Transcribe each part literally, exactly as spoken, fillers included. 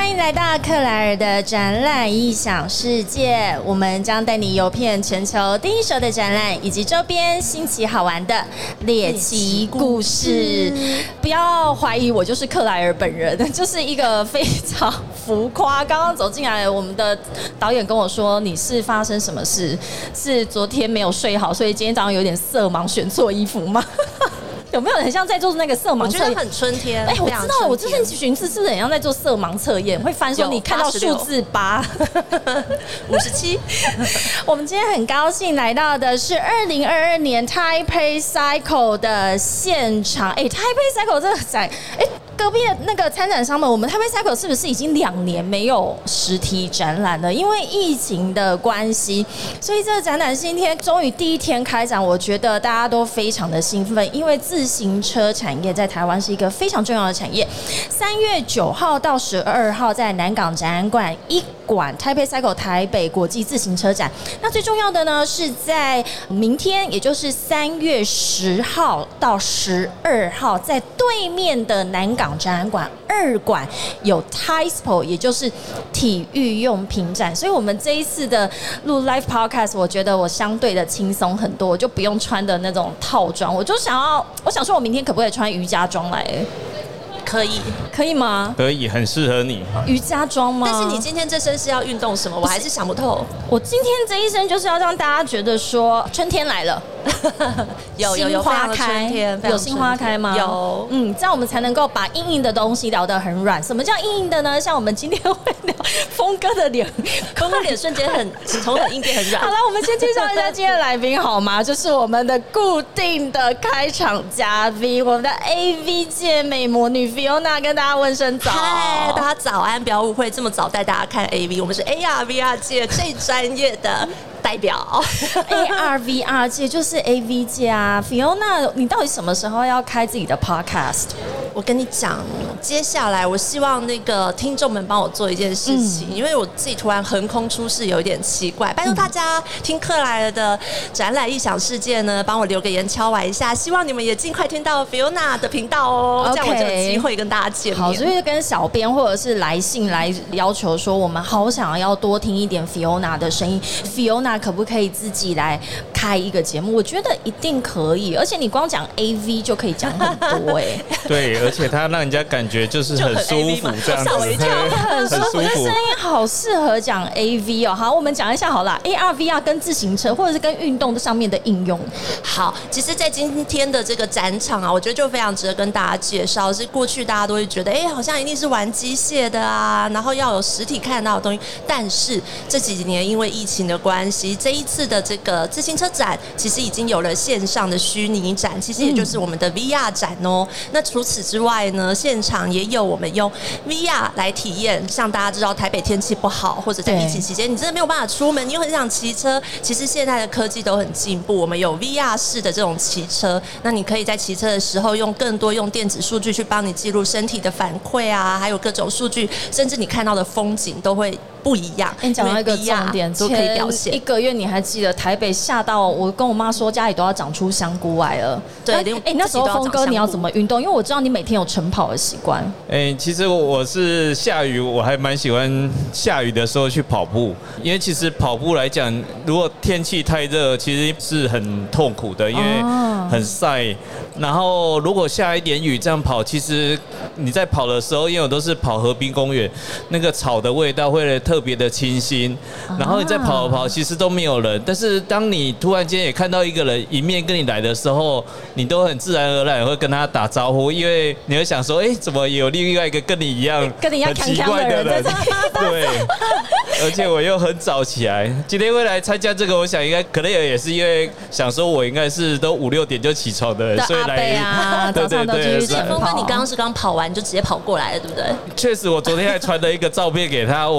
欢迎来到克莱尔的展览异想世界，我们将带你游遍全球第一手的展览以及周边新奇好玩的猎奇故事。不要怀疑我就是克莱尔本人，就是一个非常浮夸。刚刚走进来，我们的导演跟我说：“你是发生什么事？是昨天没有睡好，所以今天早上有点色盲，选错衣服吗？”有没有很像在做那个色盲测验？ 我觉得很春天。 哎、欸，我知道，我之前巡视是不是很像在做色盲测验？会翻说你看到数字八、 五十七。 我们今天很高兴来到的是二零二二年 Taipei Cycle 的现场。哎、欸、，Taipei Cycle 这个展，哎、欸。隔壁的那个参展商们，我们Taipei Cycle是不是已经两年没有实体展览了？因为疫情的关系，所以这个展览今天终于第一天开展，我觉得大家都非常的兴奋，因为自行车产业在台湾是一个非常重要的产业。三月九号到十二号在南港展览馆一馆 Taipei Cycle 台北国际自行车展。那最重要的呢，是在明天，也就是三月十号到十二号，在对面的南港展览馆二馆有 Taispo， 也就是体育用品展，所以我们这一次的录 Live Podcast， 我觉得我相对的轻松很多，我就不用穿的那种套装，我就想要，我想说我明天可不可以穿瑜伽装来？ 可以， 可以吗？ 可以，很适合你。 瑜伽装吗？ 但是你今天这身是要运动什么？我还是想不透。 我今天这一身就是要让大家觉得说春天来了。 有有有花开，有新花开吗？ 有， 嗯，这样我们才能够把硬硬的东西聊得很软。什么叫硬硬的呢？像我们今天会聊峰哥的脸， 峰哥脸瞬间很从很硬变很软。 好了，我们先介绍一下今天的来宾好吗？就是我们的固定的开场嘉宾，我们的 A V 界美魔女 Fiona， 跟大家问声早。 嗨，大家早安！不要误会，这么早带大家看 A V， 我们是 A R V R 界最专业的代表。 A R V R 界就是 A V 界啊。Fiona， 你到底什么时候要开自己的 podcast？ 我跟你讲，接下来我希望那个听众们帮我做一件事情，嗯、因为我自己突然横空出世有一点奇怪，拜托大家听克莱尔的展览异想世界呢，帮我留个言敲完一下，希望你们也尽快听到 Fiona 的频道哦， okay, 这样我就有机会跟大家见面。 好，所以跟小编或者是来信来要求说，我们好想要多听一点 Fiona 的声音 ，Fiona 可不可以自己来开一个节目？我觉得一定可以，而且你光讲 A V 就可以讲很多哎、欸。 对，而且它让人家感觉就是很舒服，这样子， 很舒服。这声音好适合讲 A V 哦。好，我们讲一下好了 ，A R V R 跟自行车或者是跟运动上面的应用。 好，其实，在今天的这个展场啊，我觉得就非常值得跟大家介绍。是过去大家都会觉得，哎、欸，好像一定是玩机械的啊，然后要有实体看到的东西。但是这几年因为疫情的关系，这一次的这个自行车展，其实已经有了线上的虚拟展，其实也就是我们的 V R 展哦。嗯、那除此之外呢，现场也有我们用 V R 来体验。像大家知道台北天气不好，或者在疫情期间，你真的没有办法出门，你又很想骑车。其实现在的科技都很进步，我们有 V R 式的这种骑车，那你可以在骑车的时候用更多用电子数据去帮你记录身体的反馈啊，还有各种数据，甚至你看到的风景都会不一样。 你讲到一个重点， 都可以表现。 一个月你还记得台北下到我跟我妈说家里都要长出香菇来了。 对， 哎、欸，那时候峰哥你要怎么运动？因为我知道你每天有晨跑的习惯。 哎、欸，其实我是下雨，我还蛮喜欢下雨的时候去跑步，因为其实跑步来讲，如果天气太热，其实是很痛苦的，因为很晒。然后如果下一点雨这样跑，其实你在跑的时候，因为我都是跑河滨公园，那个草的味道会特别的清新。然后你在跑跑，其实都没有人，但是当你突然间也看到一个人迎面跟你来的时候，你都很自然而然会跟他打招呼，因为你会想说，哎、欸，怎么有另外一个跟你一样跟你一样很奇怪的人？对，而且我又很早起来，今天会来参加这个，我想应该可能也是因为想说我应该是都五六点就起床的人，所以来啊，早上都去晨跑。 峰哥，你刚刚是刚跑完就直接跑过来了，对不对？ 确实，我昨天还传了一个照片给他，我前天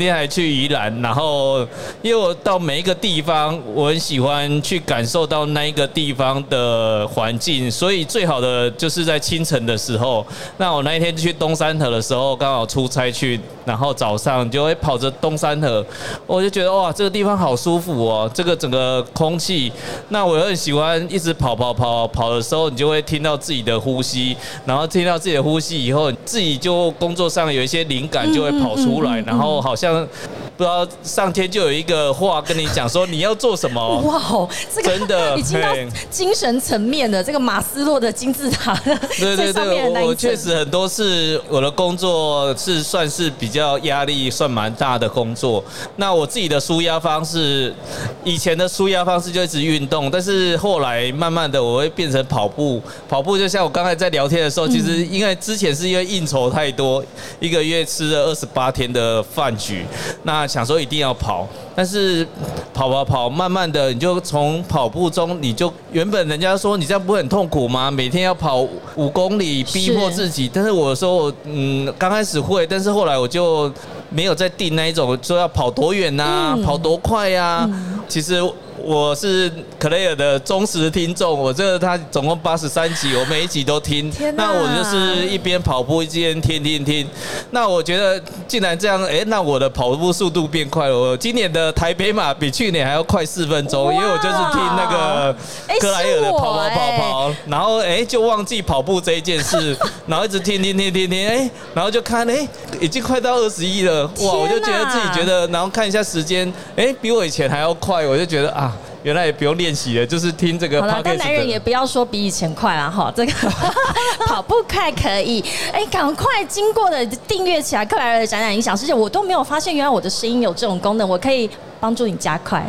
天还去宜兰，然后因为我到每一个地方，我很喜欢去感受到那一个地方的环境，所以最好的就是在清晨的时候。那我那一天去东山河的时候，刚好出差去，然后早上就会跑着东山河，我就觉得哇，这个地方好舒服哦，这个整个空气。那我很喜欢一直跑跑跑跑的时候，你就会听到自己的呼吸，然后听到自己的呼吸以后，自己就工作上有一些灵感就会跑出来，然后好像不知道上天就有一个话跟你讲说你要做什么。 哇哦，这个真的已经到精神层面的这个马斯洛的金字塔的对对对， 我我确实很多是我的工作是算是比较压力算蛮大的工作。那我自己的抒压方式，以前的抒压方式就一直运动，但是后来慢慢的我会变成跑步。跑步就像我刚才在聊天的时候，其实因为之前是因为应酬太多，一个月吃了二十八天的饭局，那想说一定要跑，但是跑跑跑，慢慢的你就从跑步中，你就原本人家说你这样不会很痛苦吗？每天要跑五公里，逼迫自己。但是我说，嗯，刚开始会，但是后来我就没有再定那一种说要跑多远啊，嗯、跑多快啊。嗯、其实。我是克莱尔的忠实听众，我这个他总共八十三集，我每一集都听。那我就是一边跑步一边听听听。那我觉得竟然这样，哎、欸，那我的跑步速度变快了。我今年的台北马比去年还要快四分钟，因为我就是听那个克莱尔的跑跑跑跑，欸、然后哎、欸、就忘记跑步这一件事，然后一直听听听听听，哎、欸，然后就看哎、欸、已经快到二十一了，哇！我就觉得自己觉得，然后看一下时间，哎、欸，比我以前还要快，我就觉得啊。原来也不用练习了，就是听这个 podcast。好了， 但男人也不要说比以前快啦哈，这个跑步快可以。哎，赶快经过的订阅起来克莱尔的展览影响世界，我都没有发现原来我的声音有这种功能，我可以帮助你加快。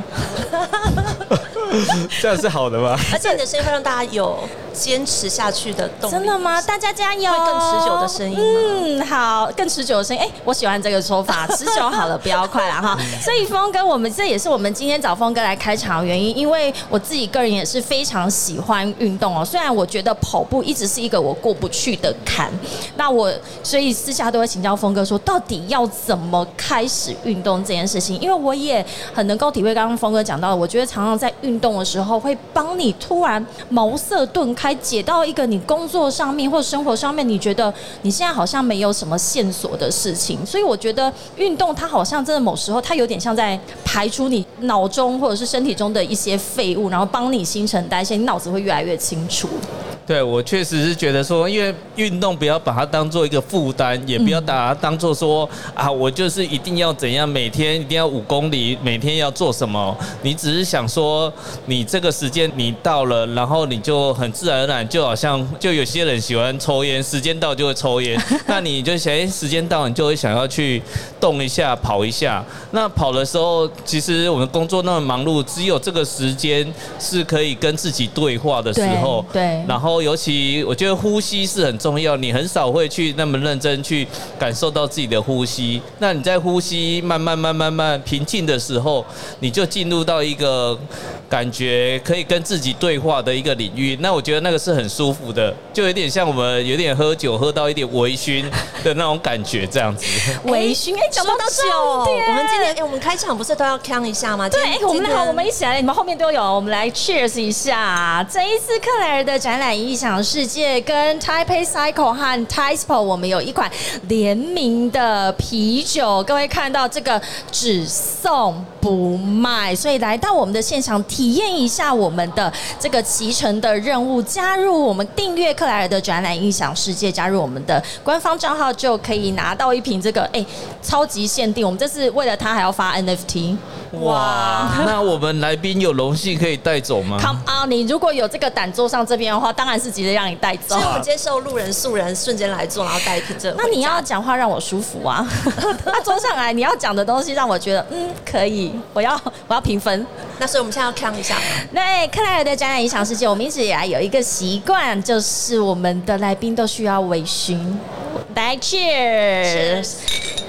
这样是好的吗？ 而且你的声音会让大家有坚持下去的动力。 真的吗？大家加油！ 会更持久的声音。 嗯，好，更持久的声音。哎，我喜欢这个说法，持久好了，不要快了哈。所以峰哥，我们这也是我们今天找峰哥来开场的原因，因为我自己个人也是非常喜欢运动哦。虽然我觉得跑步一直是一个我过不去的坎，那我所以私下都会请教峰哥说，到底要怎么开始运动这件事情？因为我也很能够体会刚刚峰哥讲到的，我觉得常常在运动的时候会帮你突然茅塞顿开，解到一个你工作上面或生活上面你觉得你现在好像没有什么线索的事情。所以我觉得运动它好像真的某时候它有点像在排除你脑中或者是身体中的一些废物，然后帮你新陈代谢，你脑子会越来越清楚。 对，我确实是觉得说，因为运动不要把它当做一个负担，也不要把它当做说啊，我就是一定要怎样，每天一定要五公里，每天要做什么。你只是想说，你这个时间你到了，然后你就很自然而然，就好像就有些人喜欢抽烟，时间到就会抽烟，那你就想，哎，时间到，你就会想要去动一下，跑一下。那跑的时候，其实我们工作那么忙碌，只有这个时间是可以跟自己对话的时候， 对，对然后。尤其我觉得呼吸是很重要，你很少会去那么认真去感受到自己的呼吸。那你在呼吸慢慢慢慢慢平静的时候，你就进入到一个感觉可以跟自己对话的一个领域。那我觉得那个是很舒服的，就有点像我们有点喝酒喝到一点微醺的那种感觉这样子。 微醺，哎，讲到重点， 我们今天哎，我们开场不是都要呛一下吗？ 对，我们好，我们一起来，你们后面都有，我们来 cheers 一下。这一次克莱尔的展览异想世界跟 Taipei Cycle 和 Taispo 我们有一款联名的啤酒，各位看到这个只送不卖，所以来到我们的现场体验一下我们的这个骑乘的任务，加入我们订阅克莱尔的展览异想世界，加入我们的官方账号就可以拿到一瓶这个哎、欸、超级限定，我们这次为了它还要发 N F T。 哇，那我们来宾有荣幸可以带走吗 ？Come on， 你如果有这个胆坐上这边的话，当然是直接让你带走。 所以我们接受路人、素人瞬间来做，然后带一瓶这个。 那你要讲话让我舒服啊！他坐上来，你要讲的东西让我觉得嗯可以，我要我要评分。 那所以我们现在要看一下。 对，克莱尔的展览异想世界，我们一直以来有一个习惯，就是我们的来宾都需要微醺。来 ，Cheers！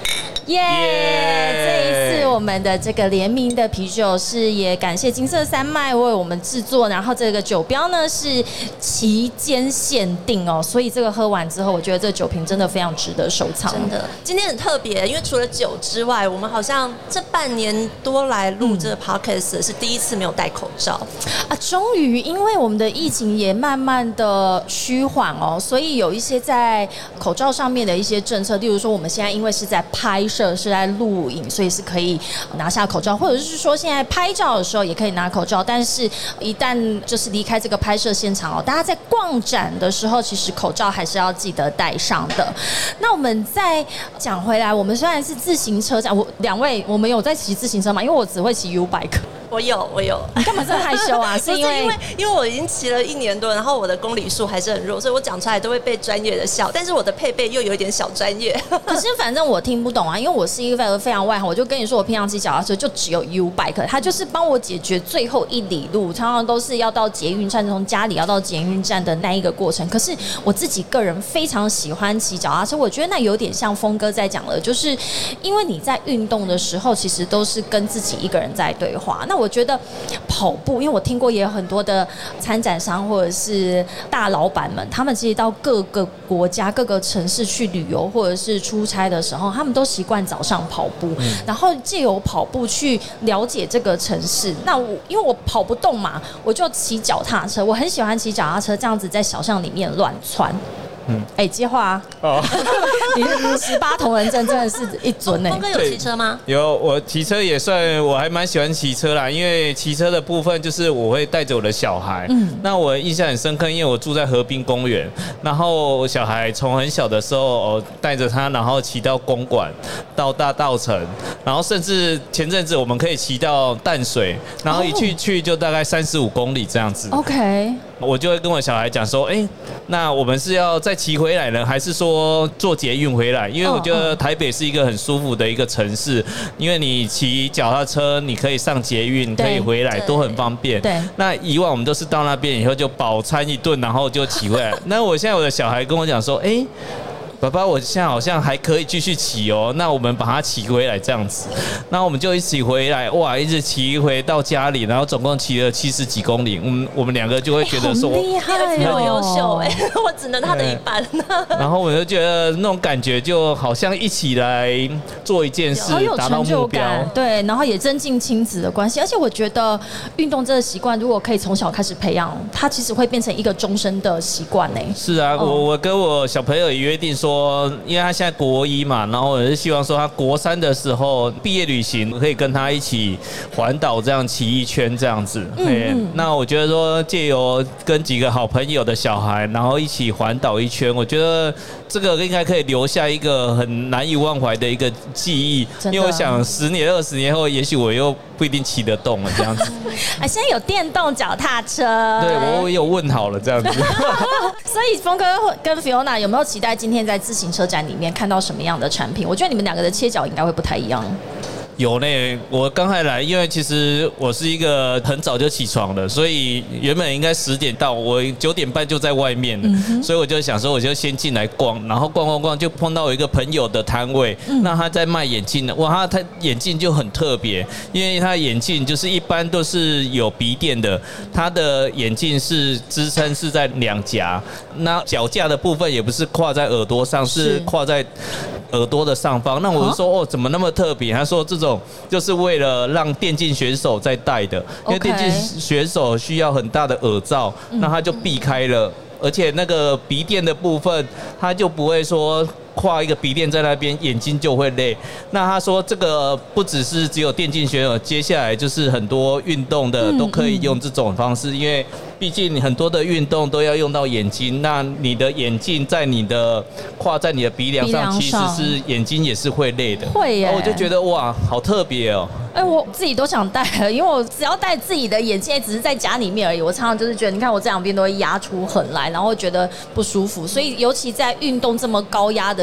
耶、yeah, 这一次我们的这个联名的啤酒是也感谢金色山脉为我们制作，然后这个酒标呢是期间限定哦，所以这个喝完之后，我觉得这个酒瓶真的非常值得收藏。 真的，今天很特别，因为除了酒之外，我们好像这半年多来录这个 podcast 是第一次没有戴口罩、 嗯、啊，终于，因为我们的疫情也慢慢的趋缓哦，所以有一些在口罩上面的一些政策，例如说我们现在因为是在拍摄，是在录影，所以是可以拿下口罩，或者是说现在拍照的时候也可以拿口罩，但是一旦就是离开这个拍摄现场哦，大家在逛展的时候，其实口罩还是要记得戴上的。那我们再讲回来，我们虽然是自行车展，我两位我们有在骑自行车吗？因为我只会骑 U bike。 我有，我有。 你干嘛这么害羞啊？是因为因为因为我已经骑了一年多，然后我的公里数还是很弱，所以我讲出来都会被专业的笑。但是我的配备又有一点小专业。 可是反正我听不懂啊，因为我是一个非常外行，我就跟你说，我平常骑脚踏车就只有 U bike， 它就是帮我解决最后一里路，常常都是要到捷运站，从家里要到捷运站的那一个过程。可是我自己个人非常喜欢骑脚踏车，我觉得那有点像峰哥在讲的，就是因为你在运动的时候，其实都是跟自己一个人在对话。那我觉得跑步，因为我听过也有很多的参展商或者是大老板们，他们其实到各个国家、各个城市去旅游或者是出差的时候，他们都习惯早上跑步，嗯、然后借由跑步去了解这个城市。那我因为我跑不动嘛，我就骑脚踏车，我很喜欢骑脚踏车，这样子在小巷里面乱窜。嗯，哎、欸，接话啊！哦，你十八铜人阵真的是一尊呢、欸。 峰哥有骑车吗？ 有，我骑车也算，我还蛮喜欢骑车啦。因为骑车的部分就是我会带着我的小孩，嗯，那我印象很深刻，因为我住在河滨公园，然后我小孩从很小的时候带着他，然后骑到公馆，到大稻埕，然后甚至前阵子我们可以骑到淡水，然后一去去就大概三十五公里这样子。 OK。 我就会跟我小孩讲说，哎、欸，那我们是要再骑回来呢，还是说坐捷运回来？因为我觉得台北是一个很舒服的一个城市，因为你骑脚踏车，你可以上捷运，可以回来，都很方便。 对。 那以往我们都是到那边以后就饱餐一顿，然后就骑回来。那我现在我的小孩跟我讲说，哎、欸。爸爸，我现在好像还可以继续骑哦，那我们把它骑回来这样子，那我们就一起回来，哇，一直骑回到家里，然后总共骑了七十几公里，我们我们两个就会觉得说， 很厉害哦， 很优秀哎，我只能他的一半。 然后我就觉得那种感觉就好像一起来做一件事，达到目标， 对，然后也增进亲子的关系，而且我觉得运动这个习惯，如果可以从小开始培养，它其实会变成一个终身的习惯呢。 是啊，我我跟我小朋友也约定说。说，因为他现在国一嘛，然后我是希望说他国三的时候毕业旅行可以跟他一起环岛这样骑一圈这样子。嗯嗯，那我觉得说借由跟几个好朋友的小孩，然后一起环岛一圈，我觉得这个应该可以留下一个很难以忘怀的一个记忆。因为我想十年、二十年后，也许我又不一定骑得动了这样子。 啊，现在有电动脚踏车。 对，我有问好了这样子。 所以峰哥跟 Fiona 有没有期待今天在自行车展里面看到什么样的产品？我觉得你们两个的切角应该会不太一样。 有呢，我刚才来，因为其实我是一个很早就起床的，所以原本应该十点到，我九点半就在外面了，嗯、所以我就想说，我就先进来逛，然后逛逛逛，就碰到有一个朋友的摊位，嗯、那他在卖眼镜的，哇，他他眼镜就很特别，因为他眼镜就是一般都是有鼻垫的，他的眼镜是支撑是在两颊，那脚架的部分也不是跨在耳朵上，是跨在耳朵的上方。那我就说，哦，怎么那么特别？他说这种就是为了让电竞选手在戴的，因为电竞选手需要很大的耳罩，那他就避开了，而且那个鼻垫的部分，他就不会说跨一个鼻垫在那边，眼睛就会累。那他说这个不只是只有电竞选手，接下来就是很多运动的都可以用这种方式，因为毕竟很多的运动都要用到眼睛，那你的眼镜在你的跨在你的鼻梁上，其实是眼睛也是会累的。 会耶， 我就觉得哇，好特别哦。 哎、欸，我自己都想戴了，因为我只要戴自己的眼镜，只是在家里面而已。我常常就是觉得，你看我这两边都会压出痕来，然后觉得不舒服。所以尤其在运动这么高压的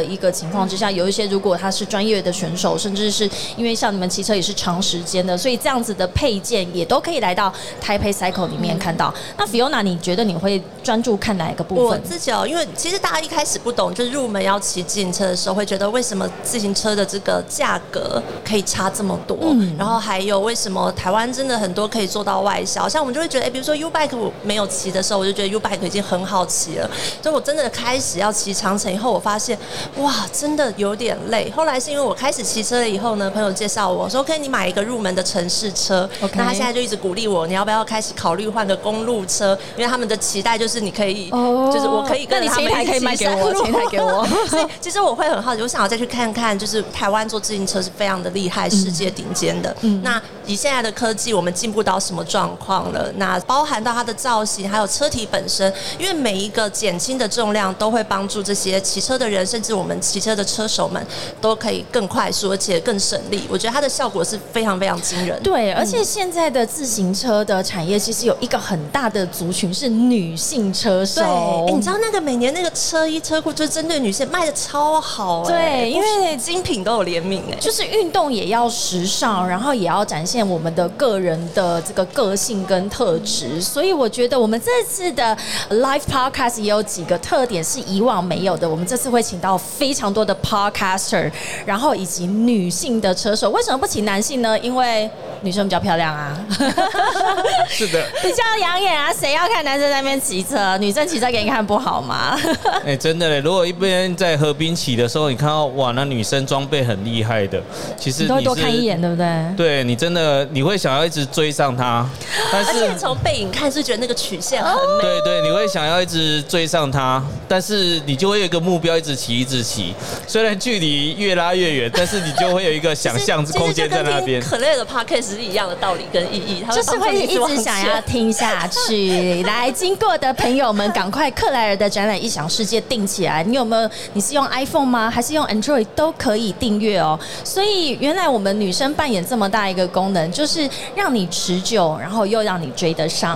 的一个情况之下，有一些如果他是专业的选手，甚至是因为像你们骑车也是长时间的，所以这样子的配件也都可以来到 Taipei Cycle 里面看到。那 Fiona， 你觉得你会专注看哪一个部分？ 我自己哦，因为其实大家一开始不懂，就是入门要骑自行车的时候，会觉得为什么自行车的这个价格可以差这么多？嗯，然后还有为什么台湾真的很多可以做到外销？像我们就会觉得，哎，比如说 U Bike 我没有骑的时候，我就觉得 U Bike 已经很好骑了。所以我真的开始要骑长程以后，我发现哇，真的有点累。后来是因为我开始骑车了以后呢，朋友介绍我说 ，OK， 你买一个入门的城市车。Okay. 那他现在就一直鼓励我，你要不要开始考虑换个公路车？因为他们的期待就是你可以， oh, 就是我可以跟他们一起骑山路。 前台给我， 所以其实我会很好奇，我想要再去看看，就是台湾做自行车是非常的厉害，世界顶尖的。嗯，那以现在的科技，我们进步到什么状况了？那包含到它的造型，还有车体本身，因为每一个减轻的重量都会帮助这些骑车的人，甚至我们骑车的车手们都可以更快速，而且更省力。我觉得它的效果是非常非常惊人。 对，而且现在的自行车的产业其实有一个很大的族群是女性车手。 对，欸、你知道那个每年那个车衣车裤就是针对女性卖的超好、欸， 对，因为精品都有联名哎、欸， 就是运动也要时尚，然后也要展现我们的个人的这个个性跟特质，所以我觉得我们这次的 Live Podcast 也有几个特点是以往没有的。我们这次会请到非常多的 Podcaster， 然后以及女性的车手。为什么不请男性呢？因为女生比较漂亮啊， 是的， 比较养眼啊，谁要看男生在那边骑车？女生骑车给你看不好吗？ 哎、欸，真的嘞！如果一边在河滨骑的时候，你看到哇，那女生装备很厉害的，其实你都会多看一眼，对不对？ 对，你真的你会想要一直追上她，但是而且从背影看是觉得那个曲线很美， 对对，你会想要一直追上她，但是你就会有一个目标，一直骑一直骑，虽然距离越拉越远，但是你就会有一个想象空间在那边。 可乐的 podcast 是一样的道理跟意义，它就是会一直想要听下去。来，经过的朋友们，赶快克莱尔的展览异想世界订起来。你有没有？你是用 iPhone 吗？还是用 Android 都可以订阅哦。所以原来我们女生扮演这么大一个功能，就是让你持久，然后又让你追得上。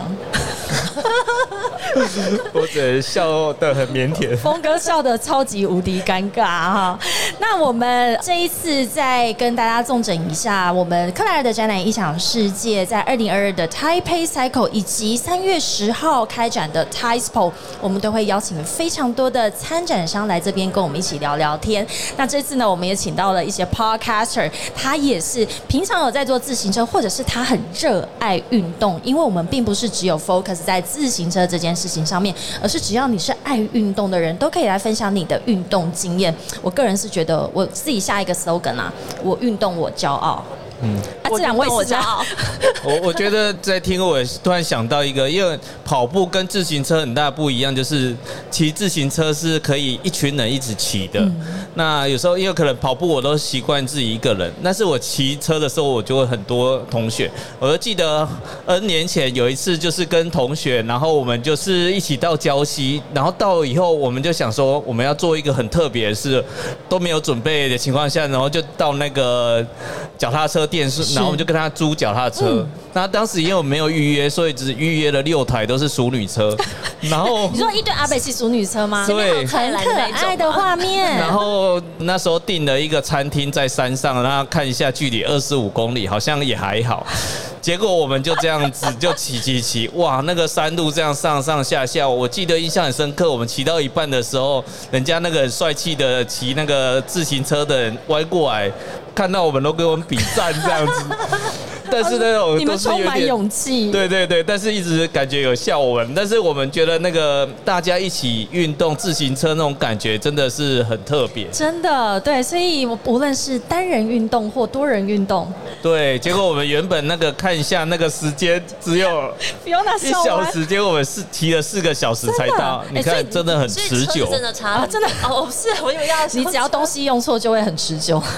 我只能笑得很腼腆， 峰哥笑得超级无敌尴尬哈。那我们这一次再跟大家纵整一下，我们克莱尔的展览异想世界在二零二二的 Taipei Cycle 以及三月十号开展的 Taispo， 我们都会邀请非常多的参展商来这边跟我们一起聊聊天。那这次呢，我们也请到了一些 Podcaster， 他也是平常有在做自行车，或者是他很热爱运动，因为我们并不是只有 focus 在自行车这件事情上面，而是只要你是爱运动的人，都可以来分享你的运动经验。我个人是觉得，我自己下一个 slogan 啊，我运动我骄傲。嗯，啊，这两位是骄傲。 我我觉得在听，我突然想到一个，因为跑步跟自行车很大不一样，就是骑自行车是可以一群人一直骑的。嗯、那有时候因为可能跑步我都习惯自己一个人，但是我骑车的时候我就会很多同学。我就记得 N 年前有一次就是跟同学，然后我们就是一起到礁溪，然后到以后我们就想说我们要做一个很特别的事，都没有准备的情况下，然后就到那个脚踏车店，然后我们就跟他租脚踏车。嗯、那当时因为我没有预约，所以只预约了六台都是淑女车。然后你说一堆阿北是淑女车吗？ 对， 很可爱的画面。 然后那时候订了一个餐厅在山上，让他看一下距离二十五公里，好像也还好。结果我们就这样子就骑骑骑，哇，那个山路这样上上下下，我记得印象很深刻。我们骑到一半的时候，人家那个很帅气的骑那个自行车的人弯过来，看到我们都给我们比赞这样子。但是那种你们充满勇气， 对对对，但是一直感觉有笑我们，但是我们觉得那个大家一起运动自行车那种感觉真的是很特别， 真的对，所以无论是单人运动或多人运动， 对，结果我们原本那个看一下那个时间只有一小时，结果我们是骑了四个小时才到，你看真的很持久， 真的差、啊， 真的哦，是我以为要你只要东西用错就会很持久， 应该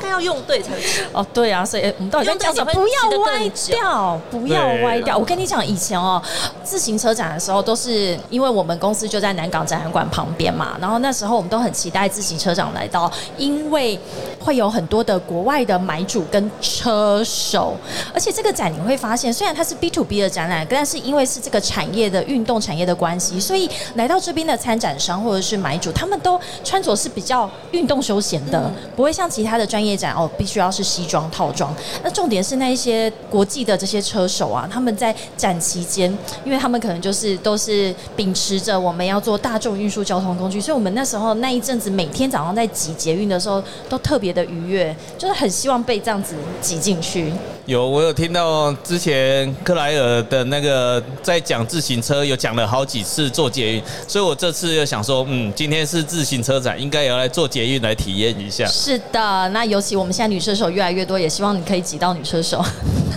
该要用对才会哦，对啊，所以我们到底在讲什么？不要歪掉，不要歪掉。我跟你讲，以前哦，自行车展的时候，都是因为我们公司就在南港展览馆旁边嘛，然后那时候我们都很期待自行车展来到，因为会有很多的国外的买主跟车手，而且这个展你会发现，虽然它是 B to B 的展览，但是因为是这个产业的运动产业的关系，所以来到这边的参展商或者是买主，他们都穿着是比较运动休闲的，嗯、不会像其他的专业展哦，必须要是西装套装。那重点是那一些国际的这些车手啊，他们在展期间，因为他们可能就是都是秉持着我们要做大众运输交通工具，所以我们那时候那一阵子每天早上在挤捷运的时候，都特别的愉悦，就是很希望被这样子挤进去。 有，我有听到之前克莱尔的那个在讲自行车，有讲了好几次坐捷运，所以我这次又想说，嗯，今天是自行车展，应该也要来坐捷运来体验一下。 是的，那尤其我们现在女车手越来越多，也希望你可以挤到女车手。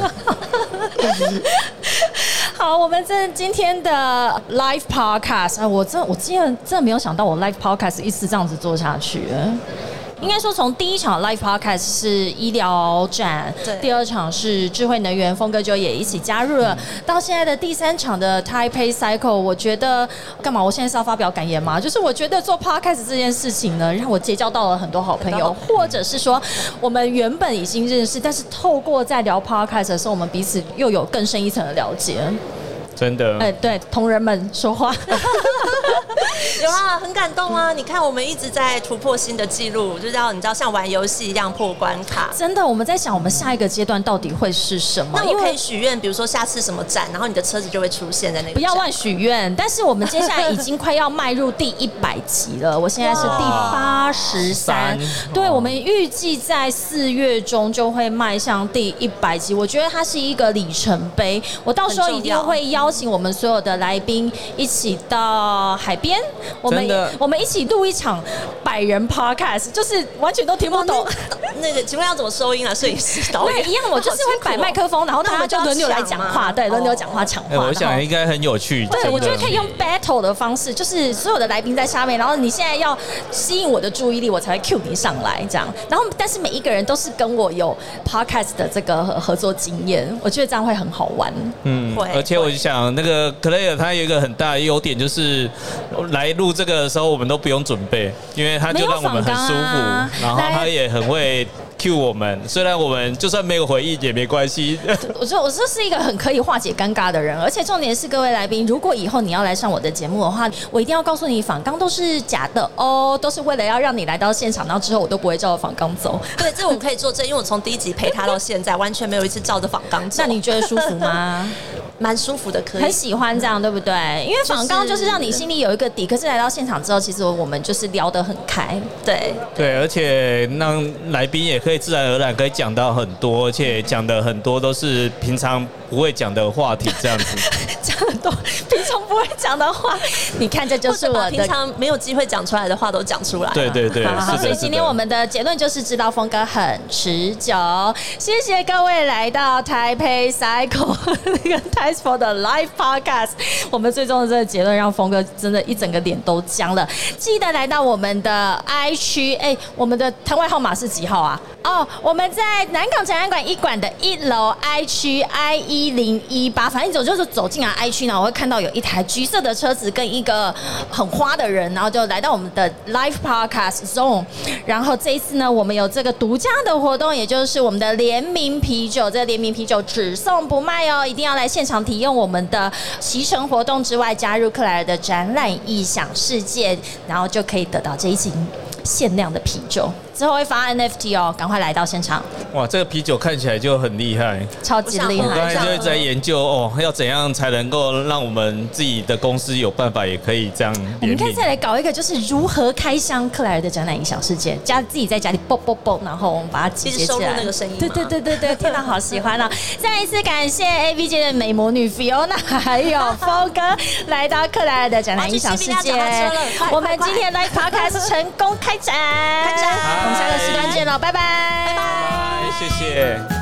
好，我们这今天的 live podcast 啊，我真我今天真的没有想到我 live podcast 一直这样子做下去。应该说，从第一场 live podcast 是医疗展，第二场是智慧能源，峰哥就也一起加入了。嗯、到现在的第三场的 Taipei Cycle， 我觉得干嘛？我现在是要发表感言吗？就是我觉得做 podcast 这件事情呢，让我结交到了很多好朋友，或者是说我们原本已经认识，但是透过在聊 podcast 的时候，我们彼此又有更深一层的了解。 真的， 哎、欸，对，同仁们说话， 有啊，很感动啊！你看，我们一直在突破新的纪录，就是要你知道，像玩游戏一样破关卡。 真的，我们在想，我们下一个阶段到底会是什么？ 那我可以许愿，比如说下次什么展，然后你的车子就会出现在那个。 不要乱许愿，但是我们接下来已经快要迈入第一百集了，我现在是第八十三，对，我们预计在四月中就会迈向第一百集，我觉得它是一个里程碑，我到时候一定会邀。邀请我们所有的来宾一起到海边，我们我们一起录一场百人 podcast， 就是完全都听不懂。 那个，请问要怎么收音啊？摄影师、导演一样，我就是会摆麦克风，然后大家就轮流来讲话，对，轮流讲话抢话。 我想应该很有趣。 对，我觉得可以用 battle 的方式，就是所有的来宾在下面，然后你现在要吸引我的注意力，我才会 cue 你上来这样。然后，但是每一个人都是跟我有 podcast 的这个合作经验，我觉得这样会很好玩。 嗯，而且我就想。那个 Claire 他有一个很大的优点，就是来录这个的时候，我们都不用准备，因为他就让我们很舒服，啊、然后他也很会 cue 我们。虽然我们就算没有回应也没关系。 我说我这是一个很可以化解尴尬的人，而且重点是各位来宾，如果以后你要来上我的节目的话，我一定要告诉你，访纲都是假的哦，都是为了要让你来到现场，然后之后我都不会照着访纲走。 对，这我可以作证，因为我从第一集陪他到现在，完全没有一次照着访纲走。 那你觉得舒服吗？ 蛮舒服的，可以很喜欢这样，对不对？因为访纲就是让你心里有一个底，可是来到现场之后，其实我们就是聊得很开， 对对，而且让来宾也可以自然而然可以讲到很多，而且讲的很多都是平常不会讲的话题，这样子讲很多平常不会讲的话，你看这就是我的平常没有机会讲出来的话都讲出来。 对对对， 好好，所以今天我们的结论就是知道峰哥很持久。谢谢各位来到Taipei Cycle 那个台。for the live podcast， 我们最终的这个结论让峰哥真的一整个脸都僵了。记得来到我们的 I 区，哎，我们的摊位号码是几号啊？哦，我们在南港展览馆一馆的一楼 I 区 I 一零一八，反正走就是走进来 I 区呢，我会看到有一台橘色的车子跟一个很花的人，然后就来到我们的 live podcast zone。然后这一次呢，我们有这个独家的活动，也就是我们的联名啤酒，这个联名啤酒只送不卖哦，一定要来现场体验我们的骑乘活动之外，加入克莱尔的展览异想世界，然后就可以得到这一瓶限量的啤酒。之后会发 N F T 哦，赶快来到现场。哇， 这个啤酒看起来就很厉害， 超级厉害。 我刚才就在研究哦，要怎样才能够让我们自己的公司有办法也可以这样联名。 我们可以再来搞一个，就是如何开箱克莱尔的展览异想世界，家自己在家里啵啵啵，然后我们把它集结起来。 那个声音。 对对对对对，听到好喜欢哦！再一次感谢 A V 界的美魔女 Fiona 还有峰哥来到克莱尔的展览异想世界。我们今天 Live Podcast 成功开展， 开展。 我们下个时段见喽，拜拜， 拜拜， 谢谢。